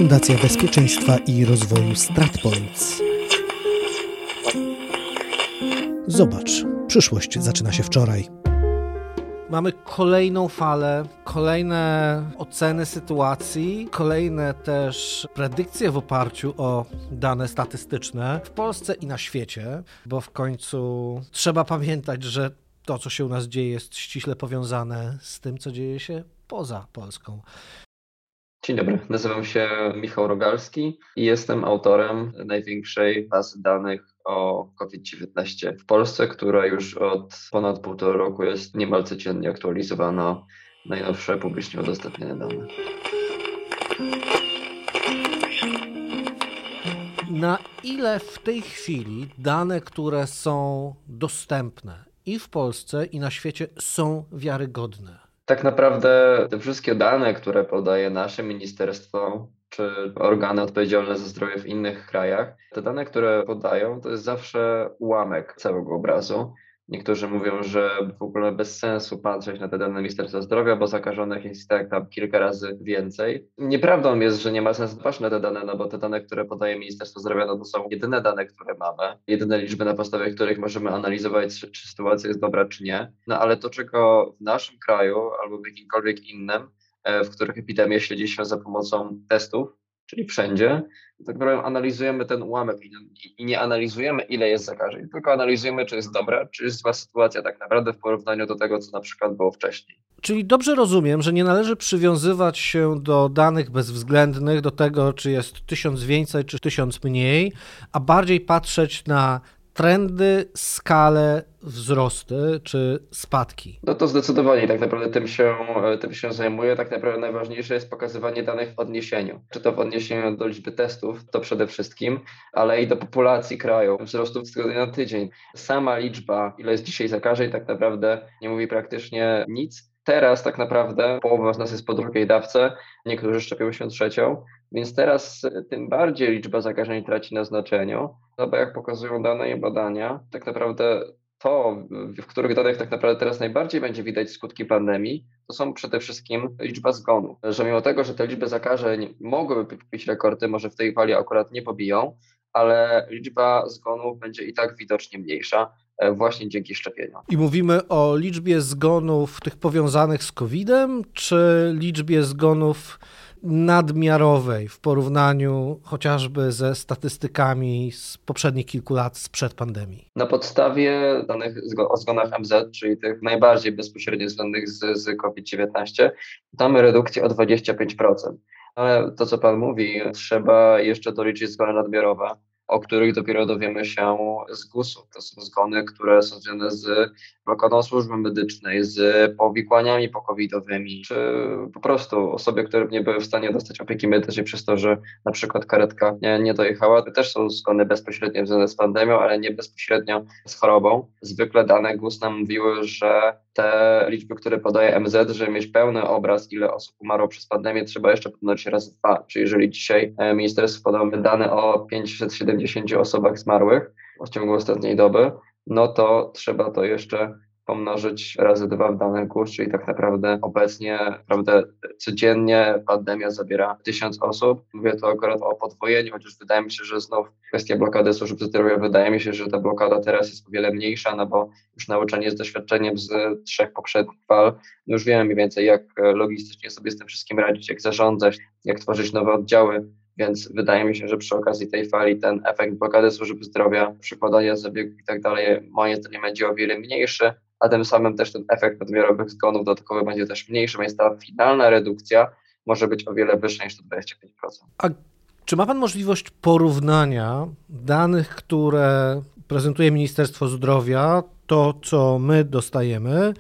Fundacja Bezpieczeństwa i Rozwoju StratPoints. Zobacz, przyszłość zaczyna się wczoraj. Mamy kolejną falę, kolejne oceny sytuacji, kolejne też predykcje w oparciu o dane statystyczne w Polsce i na świecie, bo w końcu trzeba pamiętać, że to, co się u nas dzieje, jest ściśle powiązane z tym, co dzieje się poza Polską. Dzień dobry, nazywam się Michał Rogalski i jestem autorem największej bazy danych o COVID-19 w Polsce, która już od ponad 1,5 roku jest niemal codziennie aktualizowana o najnowsze publicznie udostępnione dane. Na ile w tej chwili dane, które są dostępne i w Polsce, i na świecie, są wiarygodne? Tak naprawdę te wszystkie dane, które podaje nasze ministerstwo czy organy odpowiedzialne za zdrowie w innych krajach, te dane, które podają, to jest zawsze ułamek całego obrazu. Niektórzy mówią, że w ogóle bez sensu patrzeć na te dane Ministerstwa Zdrowia, bo zakażonych jest tak tam kilka razy więcej. Nieprawdą jest, że nie ma sensu patrzeć na te dane, no bo te dane, które podaje Ministerstwo Zdrowia, no to są jedyne dane, które mamy, jedyne liczby, na podstawie których możemy analizować, czy sytuacja jest dobra, czy nie. No ale to, czego w naszym kraju albo w jakimkolwiek innym, w których epidemię śledziliśmy za pomocą testów, czyli wszędzie, tak naprawdę analizujemy ten ułamek i nie analizujemy, ile jest zakażeń, tylko analizujemy, czy jest dobra, czy jest zła sytuacja tak naprawdę w porównaniu do tego, co na przykład było wcześniej. Czyli dobrze rozumiem, że nie należy przywiązywać się do danych bezwzględnych, do tego, czy jest 1000 więcej, czy 1000 mniej, a bardziej patrzeć na trendy, skalę, wzrosty czy spadki? No to zdecydowanie tak naprawdę tym się zajmuję. Tak naprawdę najważniejsze jest pokazywanie danych w odniesieniu. Czy to w odniesieniu do liczby testów, to przede wszystkim, ale i do populacji kraju, wzrostów z tygodnia na tydzień. Sama liczba, ile jest dzisiaj zakażeń, tak naprawdę nie mówi praktycznie nic. Teraz tak naprawdę połowa z nas jest po drugiej dawce, niektórzy szczepią się trzecią, więc teraz tym bardziej liczba zakażeń traci na znaczeniu, no bo jak pokazują dane i badania, tak naprawdę to, w których danych tak naprawdę teraz najbardziej będzie widać skutki pandemii, to są przede wszystkim liczba zgonów. Że mimo tego, że te liczby zakażeń mogłyby pobić rekordy, może w tej fali akurat nie pobiją, ale liczba zgonów będzie i tak widocznie mniejsza właśnie dzięki szczepieniom. I mówimy o liczbie zgonów tych powiązanych z COVID-em, czy liczbie zgonów nadmiarowej w porównaniu chociażby ze statystykami z poprzednich kilku lat sprzed pandemii? Na podstawie danych o zgonach MZ, czyli tych najbardziej bezpośrednio związanych z COVID-19, mamy redukcję o 25%. Ale to, co Pan mówi, trzeba jeszcze doliczyć zgony nadmiarowe, o których dopiero dowiemy się z GUS-u. To są zgony, które są związane z blokadą służby medycznej, z powikłaniami pokowidowymi, czy po prostu osoby, które nie były w stanie dostać opieki medycznej przez to, że na przykład karetka nie dojechała. To też są zgony bezpośrednio związane z pandemią, ale nie bezpośrednio z chorobą. Zwykle dane GUS nam mówiły, że te liczby, które podaje MZ, żeby mieć pełny obraz, ile osób umarło przez pandemię, trzeba jeszcze pomnożyć razy 2. Czyli jeżeli dzisiaj ministerstwo podało dane o 570 osobach zmarłych w ciągu ostatniej doby, no to trzeba to jeszcze pomnożyć razy 2 w danych GUS, czyli tak naprawdę obecnie codziennie pandemia zabiera 1000 osób. Mówię to akurat o podwojeniu, chociaż wydaje mi się, że znów kwestia blokady służby zdrowia, wydaje mi się, że ta blokada teraz jest o wiele mniejsza, no bo już nauczeni z doświadczeniem z 3 poprzednich fal, już wiemy mniej więcej, jak logistycznie sobie z tym wszystkim radzić, jak zarządzać, jak tworzyć nowe oddziały. Więc wydaje mi się, że przy okazji tej fali ten efekt blokady służby zdrowia, przykładania zabiegów i tak dalej, moim zdaniem będzie o wiele mniejszy, a tym samym też ten efekt nadmiarowych zgonów dodatkowy będzie też mniejszy, więc ta finalna redukcja może być o wiele wyższa niż to 25%. A czy ma Pan możliwość porównania danych, które prezentuje Ministerstwo Zdrowia, to co my dostajemy,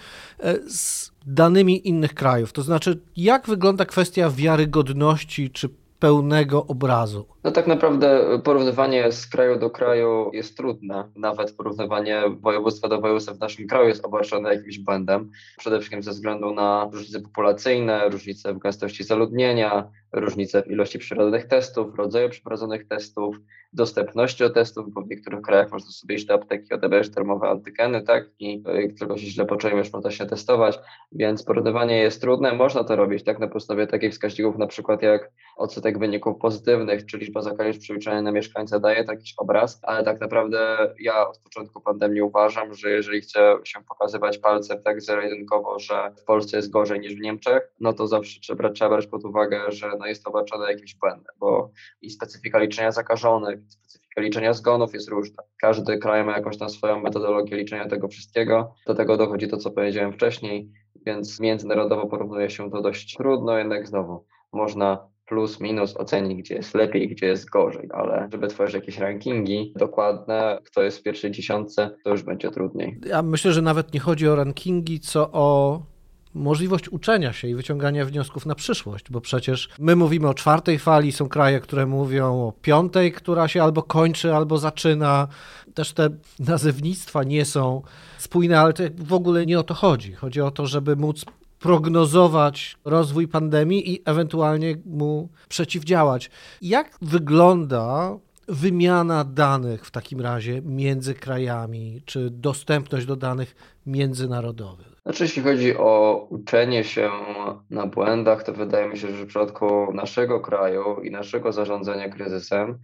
z danymi innych krajów? To znaczy, jak wygląda kwestia wiarygodności czy pełnego obrazu? No tak naprawdę porównywanie z kraju do kraju jest trudne. Nawet porównywanie województwa do województwa w naszym kraju jest obarczone jakimś błędem. Przede wszystkim ze względu na różnice populacyjne, różnice w gęstości zaludnienia, różnice w ilości przeprowadzonych testów, rodzaju przeprowadzonych testów, dostępności do testów, bo w niektórych krajach można sobie iść do apteki, odebrać darmowe antygeny, tak? I jak tylko się źle poczujemy, już można się testować, więc porównywanie jest trudne. Można to robić tak na podstawie takich wskaźników, na przykład jak odsetek wyników pozytywnych, czy liczba zakażeń przeliczona na mieszkańca daje jakiś obraz, ale tak naprawdę ja od początku pandemii uważam, że jeżeli chce się pokazywać palcem tak zero-jedynkowo, że w Polsce jest gorzej niż w Niemczech, no to zawsze trzeba brać pod uwagę, że no jest to obarczone jakimś błędem, bo i specyfika liczenia zakażonych, i specyfika liczenia zgonów jest różna. Każdy kraj ma jakąś tam swoją metodologię liczenia tego wszystkiego. Do tego dochodzi to, co powiedziałem wcześniej, więc międzynarodowo porównuje się to dość trudno, jednak znowu można plus, minus ocenić, gdzie jest lepiej, gdzie jest gorzej, ale żeby tworzyć jakieś rankingi dokładne, kto jest w pierwszej dziesiątce, to już będzie trudniej. Ja myślę, że nawet nie chodzi o rankingi, co o możliwość uczenia się i wyciągania wniosków na przyszłość, bo przecież my mówimy o 4. fali, są kraje, które mówią o 5., która się albo kończy, albo zaczyna. Też te nazewnictwa nie są spójne, ale to w ogóle nie o to chodzi. Chodzi o to, żeby móc prognozować rozwój pandemii i ewentualnie mu przeciwdziałać. Jak wygląda wymiana danych w takim razie między krajami, czy dostępność do danych międzynarodowych? Znaczy, jeśli chodzi o uczenie się na błędach, to wydaje mi się, że w przypadku naszego kraju i naszego zarządzania kryzysem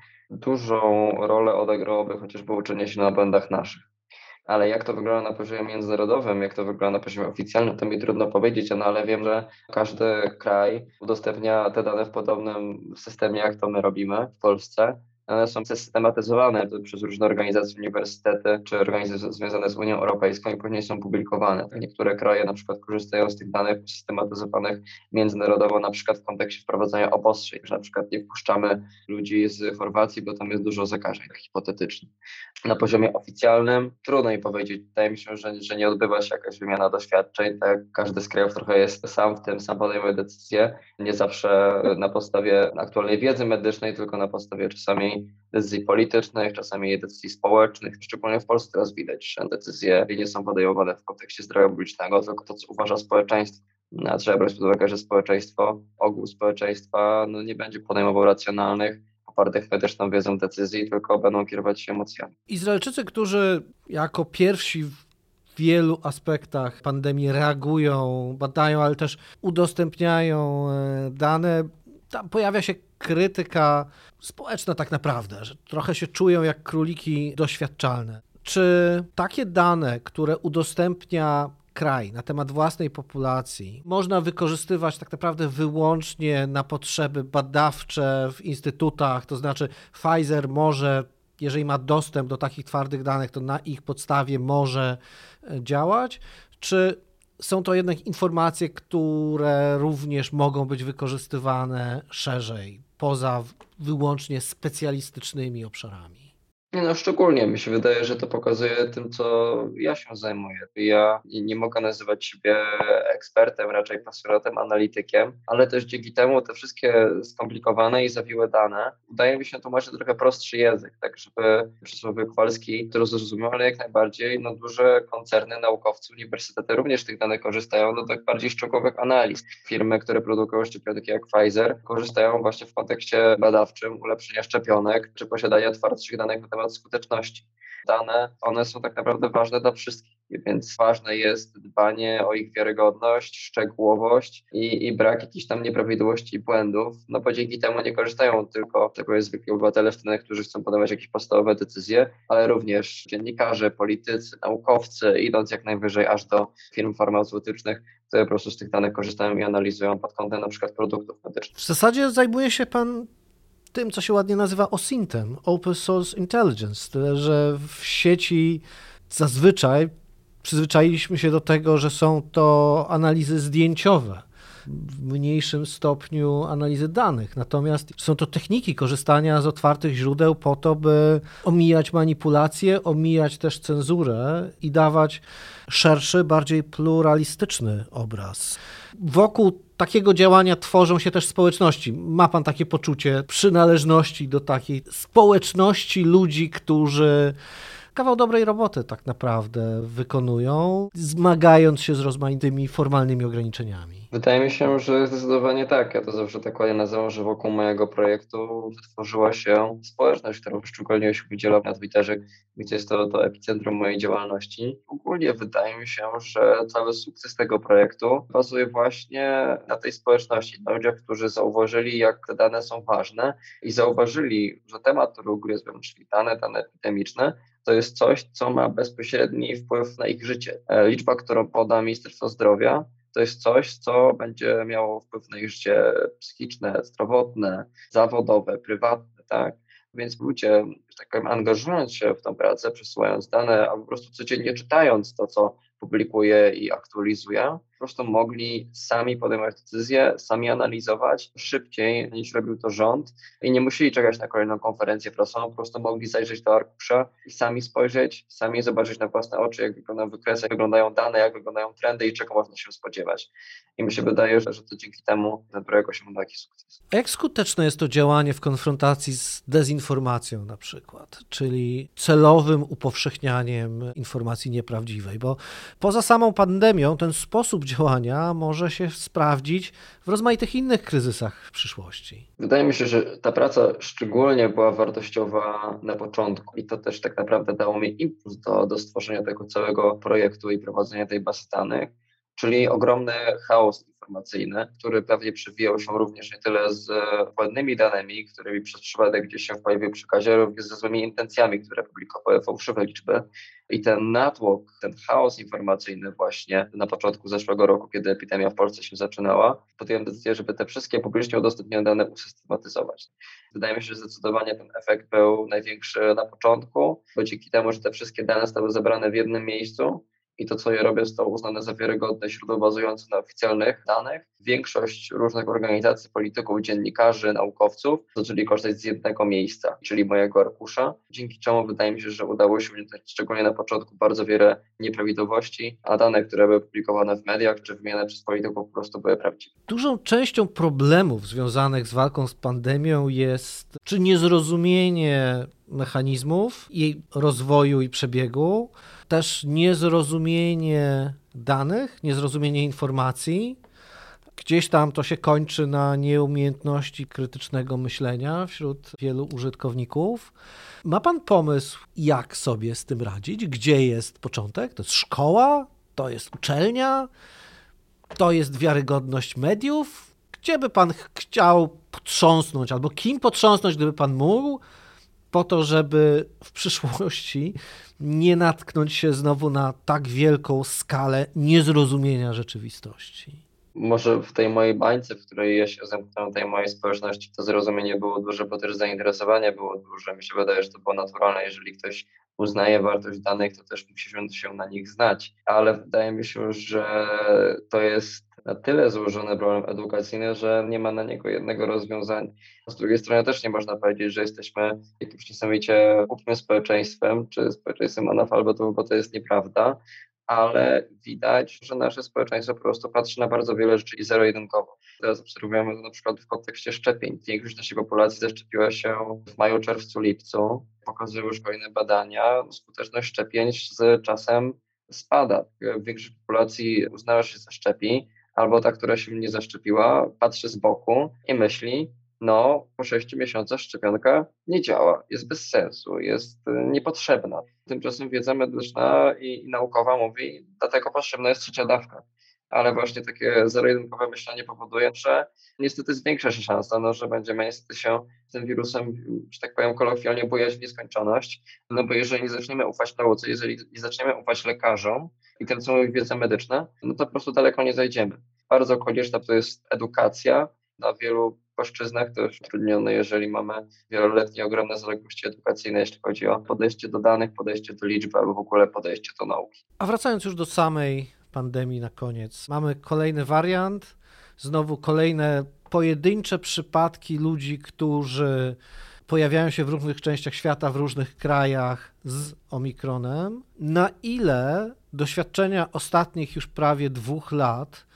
dużą rolę odegrałoby chociażby uczenie się na błędach naszych. Ale jak to wygląda na poziomie międzynarodowym, jak to wygląda na poziomie oficjalnym, to mi trudno powiedzieć, no ale wiem, że każdy kraj udostępnia te dane w podobnym systemie, jak to my robimy w Polsce. One są systematyzowane przez różne organizacje, uniwersytety czy organizacje związane z Unią Europejską i później są publikowane. Niektóre kraje na przykład korzystają z tych danych systematyzowanych międzynarodowo, na przykład w kontekście wprowadzania obostrzeń, że na przykład nie wpuszczamy ludzi z Chorwacji, bo tam jest dużo zakażeń, hipotetycznie. Na poziomie oficjalnym trudno mi powiedzieć. Wydaje mi się, że nie odbywa się jakaś wymiana doświadczeń. Tak, każdy z krajów trochę jest sam w tym, sam podejmuje decyzje. Nie zawsze na podstawie aktualnej wiedzy medycznej, tylko na podstawie czasami decyzji politycznych, czasami decyzji społecznych. Szczególnie w Polsce teraz widać, że decyzje nie są podejmowane w kontekście zdrowia publicznego, tylko to, co uważa społeczeństwo. A trzeba brać pod uwagę, że społeczeństwo, ogół społeczeństwa nie będzie podejmował racjonalnych, opartych medyczną wiedzą decyzji, tylko będą kierować się emocjami. Izraelczycy, którzy jako pierwsi w wielu aspektach pandemii reagują, badają, ale też udostępniają dane, tam pojawia się krytyka społeczna tak naprawdę, że trochę się czują jak króliki doświadczalne. Czy takie dane, które udostępnia kraj na temat własnej populacji można wykorzystywać tak naprawdę wyłącznie na potrzeby badawcze w instytutach, to znaczy Pfizer może, jeżeli ma dostęp do takich twardych danych, to na ich podstawie może działać, czy są to jednak informacje, które również mogą być wykorzystywane szerzej, poza wyłącznie specjalistycznymi obszarami? Szczególnie mi się wydaje, że to pokazuje tym, co ja się zajmuję. Ja nie mogę nazywać siebie ekspertem, raczej pasjonatem, analitykiem, ale też dzięki temu te wszystkie skomplikowane i zawiłe dane udaje mi się tłumaczyć trochę prostszy język, tak żeby przysłowie Kowalski to zrozumiał, ale jak najbardziej duże koncerny, naukowcy, uniwersytety również z tych danych korzystają do tak bardziej szczegółowych analiz. Firmy, które produkują szczepionki jak Pfizer, korzystają właśnie w kontekście badawczym ulepszenia szczepionek czy posiadania twardszych danych na temat skuteczności. Dane, one są tak naprawdę ważne dla wszystkich, więc ważne jest dbanie o ich wiarygodność, szczegółowość i brak jakichś tam nieprawidłowości i błędów, bo dzięki temu nie korzystają tylko tego zwykli obywatele, wtedy, którzy chcą podejmować jakieś podstawowe decyzje, ale również dziennikarze, politycy, naukowcy, idąc jak najwyżej aż do firm farmaceutycznych, które po prostu z tych danych korzystają i analizują pod kątem na przykład produktów medycznych. W zasadzie zajmuje się pan tym, co się ładnie nazywa OSINT-em, Open Source Intelligence, tyle że w sieci zazwyczaj przyzwyczailiśmy się do tego, że są to analizy zdjęciowe, w mniejszym stopniu analizy danych. Natomiast są to techniki korzystania z otwartych źródeł po to, by omijać manipulacje, omijać też cenzurę i dawać szerszy, bardziej pluralistyczny obraz. Wokół takiego działania tworzą się też społeczności. Ma pan takie poczucie przynależności do takiej społeczności ludzi, którzy kawał dobrej roboty tak naprawdę wykonują, zmagając się z rozmaitymi formalnymi ograniczeniami. Wydaje mi się, że zdecydowanie tak. Ja to zawsze tak ładnie nazywam, że wokół mojego projektu wytworzyła się społeczność, którą szczególnie się udziela na Twitterze, gdzie jest to epicentrum mojej działalności. Ogólnie wydaje mi się, że cały sukces tego projektu bazuje właśnie na tej społeczności, na ludziach, którzy zauważyli, jak te dane są ważne i zauważyli, że temat, który ugryzłem, czyli dane epidemiczne, to jest coś, co ma bezpośredni wpływ na ich życie. Liczba, którą poda Ministerstwo Zdrowia, to jest coś, co będzie miało wpływ na ich życie psychiczne, zdrowotne, zawodowe, prywatne, tak? Więc ludzie, że tak powiem, angażując się w tę pracę, przesyłając dane, a po prostu codziennie czytając to, co publikuje i aktualizuje, po prostu mogli sami podejmować decyzje, sami analizować szybciej niż robił to rząd i nie musieli czekać na kolejną konferencję prasową, po prostu mogli zajrzeć do arkusza i sami spojrzeć, sami zobaczyć na własne oczy, jak wyglądają wykresy, jak wyglądają dane, jak wyglądają trendy i czego można się spodziewać. I mi się wydaje, że to dzięki temu ten projekt osiągnął taki sukces. A jak skuteczne jest to działanie w konfrontacji z dezinformacją na przykład, czyli celowym upowszechnianiem informacji nieprawdziwej? Bo poza samą pandemią ten sposób działania może się sprawdzić w rozmaitych innych kryzysach w przyszłości. Wydaje mi się, że ta praca szczególnie była wartościowa na początku i to też tak naprawdę dało mi impuls do stworzenia tego całego projektu i prowadzenia tej bazy danych, czyli ogromny chaos informacyjny, który pewnie przewijał się również nie tyle z błędnymi danymi, którymi przez przypadek gdzieś się pojawił w przekazie, również ze złymi intencjami, które publikowały fałszywe liczby. I ten natłok, ten chaos informacyjny właśnie na początku zeszłego roku, kiedy epidemia w Polsce się zaczynała, podjąłem decyzję, żeby te wszystkie publicznie udostępnione dane usystematyzować. Wydaje mi się, że zdecydowanie ten efekt był największy na początku, bo dzięki temu, że te wszystkie dane zostały zebrane w jednym miejscu, i to, co ja robię, zostało uznane za wiarygodne źródło bazujące na oficjalnych danych. Większość różnych organizacji, polityków, dziennikarzy, naukowców zaczęli korzystać z jednego miejsca, czyli mojego arkusza, dzięki czemu wydaje mi się, że udało się uniknąć szczególnie na początku bardzo wiele nieprawidłowości, a dane, które były publikowane w mediach czy wymieniane przez polityków po prostu były prawdziwe. Dużą częścią problemów związanych z walką z pandemią jest czy niezrozumienie mechanizmów, jej rozwoju i przebiegu, też niezrozumienie danych, niezrozumienie informacji. Gdzieś tam to się kończy na nieumiejętności krytycznego myślenia wśród wielu użytkowników. Ma pan pomysł, jak sobie z tym radzić? Gdzie jest początek? To jest szkoła? To jest uczelnia? To jest wiarygodność mediów? Gdzie by pan chciał potrząsnąć albo kim potrząsnąć, gdyby pan mógł? Po to, żeby w przyszłości nie natknąć się znowu na tak wielką skalę niezrozumienia rzeczywistości. Może w tej mojej bańce, w której ja się zamknąłem, tej mojej społeczności, to zrozumienie było duże, bo też zainteresowanie było duże. Mi się wydaje, że to było naturalne. Jeżeli ktoś uznaje wartość danych, to też musi się na nich znać. Ale wydaje mi się, że to jest na tyle złożony problem edukacyjny, że nie ma na niego jednego rozwiązania. Z drugiej strony też nie można powiedzieć, że jesteśmy jakimś niesamowicie głupim społeczeństwem, czy społeczeństwem analfabetów, bo to jest nieprawda. Ale widać, że nasze społeczeństwo po prostu patrzy na bardzo wiele rzeczy i zero-jedynkowo. Teraz obserwujemy to na przykład w kontekście szczepień. Większość naszej populacji zaszczepiła się w maju, czerwcu, lipcu. Pokazują już kolejne badania. Skuteczność szczepień z czasem spada. Większość populacji uznała, że się zaszczepi, albo ta, która się nie zaszczepiła, patrzy z boku i myśli, no po 6 miesiącach szczepionka nie działa, jest bez sensu, jest niepotrzebna. Tymczasem wiedza medyczna i naukowa mówi, dlatego potrzebna jest 3. dawka. Ale właśnie takie zero-jedynkowe myślenie powoduje, że niestety zwiększa się szansa, że będziemy niestety się z tym wirusem, że tak powiem kolokwialnie, bujać w nieskończoność. No bo jeżeli nie zaczniemy ufać nauce, jeżeli nie zaczniemy ufać lekarzom i tym, co mówi wiedza medyczna, no to po prostu daleko nie zajdziemy. Bardzo konieczna to jest edukacja na wielu płaszczyznach, też utrudnione, jeżeli mamy wieloletnie, ogromne zaległości edukacyjne, jeśli chodzi o podejście do danych, podejście do liczby albo w ogóle podejście do nauki. A wracając już do samej pandemii na koniec, mamy kolejny wariant, znowu kolejne pojedyncze przypadki ludzi, którzy pojawiają się w różnych częściach świata, w różnych krajach z Omikronem. Na ile doświadczenia ostatnich już prawie 2 lat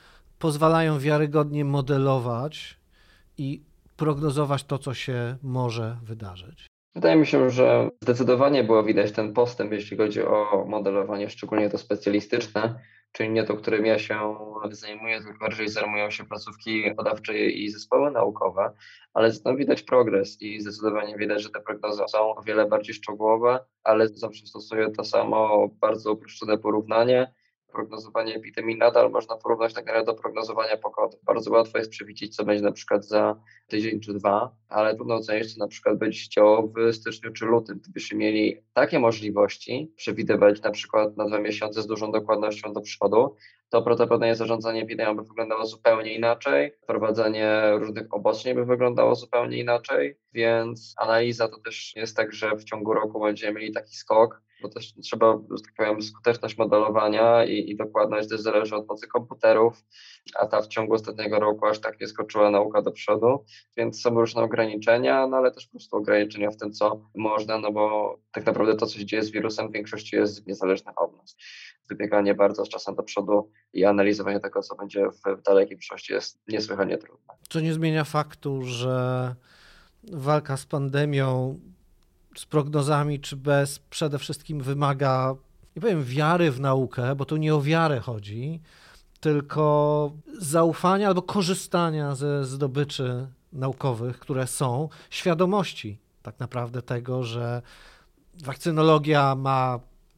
pozwalają wiarygodnie modelować i prognozować to, co się może wydarzyć? Wydaje mi się, że zdecydowanie było widać ten postęp, jeśli chodzi o modelowanie, szczególnie to specjalistyczne, czyli nie to, którym ja się zajmuję, tylko bardziej zajmują się placówki badawcze i zespoły naukowe, ale tam widać progres i zdecydowanie widać, że te prognozy są o wiele bardziej szczegółowe, ale zawsze stosuję to samo bardzo uproszczone porównanie. Prognozowanie epidemii nadal można porównać tak naprawdę do prognozowania pogody. Bardzo łatwo jest przewidzieć, co będzie na przykład za tydzień czy dwa, ale trudno ocenić, co na przykład będzie się działo w styczniu czy lutym. Gdybyśmy mieli takie możliwości przewidywać na przykład na 2 miesiące z dużą dokładnością do przodu, to prawdopodobnie zarządzanie epidemią by wyglądało zupełnie inaczej, wprowadzanie różnych obostrzeń by wyglądało zupełnie inaczej, więc analiza to też jest tak, że w ciągu roku będziemy mieli taki skok, bo też trzeba, że tak powiem, skuteczność modelowania i dokładność też zależy od mocy komputerów, a ta w ciągu ostatniego roku aż tak nie skoczyła nauka do przodu, więc są różne ograniczenia, no ale też po prostu ograniczenia w tym, co można, no bo tak naprawdę to, co się dzieje z wirusem, w większości jest niezależne od nas. Wybieganie bardzo z czasem do przodu i analizowanie tego, co będzie w dalekiej przyszłości, jest niesłychanie trudne. Co nie zmienia faktu, że walka z pandemią, z prognozami czy bez, przede wszystkim wymaga, nie powiem wiary w naukę, bo tu nie o wiarę chodzi, tylko zaufania albo korzystania ze zdobyczy naukowych, które są, świadomości tak naprawdę tego, że wakcynologia ma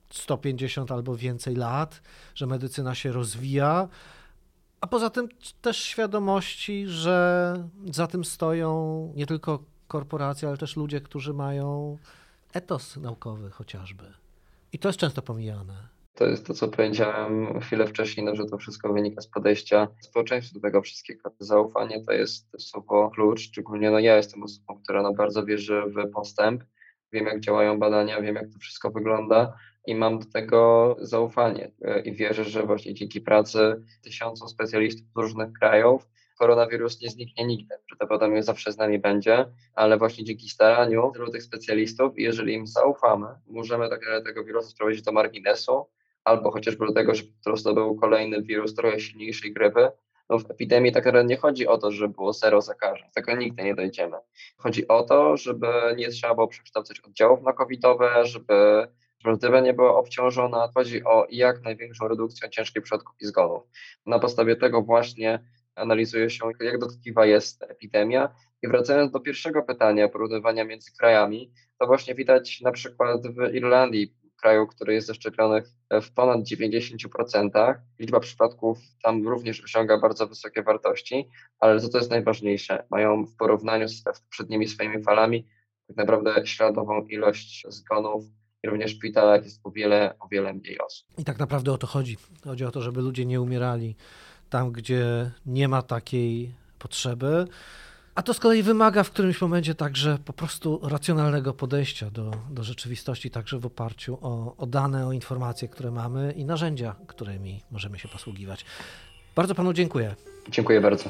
150 albo więcej lat, że medycyna się rozwija, a poza tym też świadomości, że za tym stoją nie tylko korporacje, ale też ludzie, którzy mają etos naukowy chociażby. I to jest często pomijane. To jest to, co powiedziałem chwilę wcześniej, no, że to wszystko wynika z podejścia społeczeństwa do tego wszystkiego. Zaufanie to jest słowo klucz, szczególnie ja jestem osobą, która bardzo wierzy w postęp. Wiem, jak działają badania, wiem, jak to wszystko wygląda i mam do tego zaufanie. I wierzę, że właśnie dzięki pracy tysiącom specjalistów z różnych krajów koronawirus nie zniknie nigdy. Prawdopodobnie zawsze z nami będzie, ale właśnie dzięki staraniu tylu tych specjalistów, jeżeli im zaufamy, możemy tego wirusa sprowadzić do marginesu, albo chociażby do tego, że po prostu był kolejny wirus trochę silniejszej grypy. No w epidemii tak naprawdę nie chodzi o to, żeby było 0 zakażeń, tego nigdy nie dojdziemy. Chodzi o to, żeby nie trzeba było przekształcać oddziałów na covidowe, żeby możliwe nie była obciążona. Chodzi o jak największą redukcję ciężkich przypadków i zgonów. Na podstawie tego właśnie analizuje się, jak dotkliwa jest epidemia. I wracając do pierwszego pytania, porównywania między krajami, to właśnie widać na przykład w Irlandii, kraju, który jest zaszczepionych w ponad 90%. Liczba przypadków tam również osiąga bardzo wysokie wartości, ale to jest najważniejsze. Mają w porównaniu z poprzednimi swoimi falami tak naprawdę śladową ilość zgonów i również w szpitalach jest o wiele mniej osób. I tak naprawdę o to chodzi. Chodzi o to, żeby ludzie nie umierali tam, gdzie nie ma takiej potrzeby. A to z kolei wymaga w którymś momencie także po prostu racjonalnego podejścia do rzeczywistości, także w oparciu o dane, o informacje, które mamy i narzędzia, którymi możemy się posługiwać. Bardzo panu dziękuję. Dziękuję bardzo.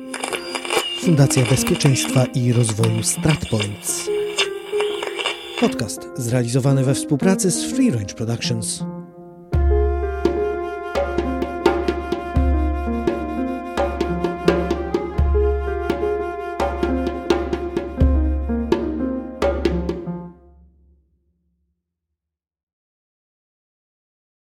Fundacja Bezpieczeństwa i Rozwoju StratPoints. Podcast zrealizowany we współpracy z Free Range Productions.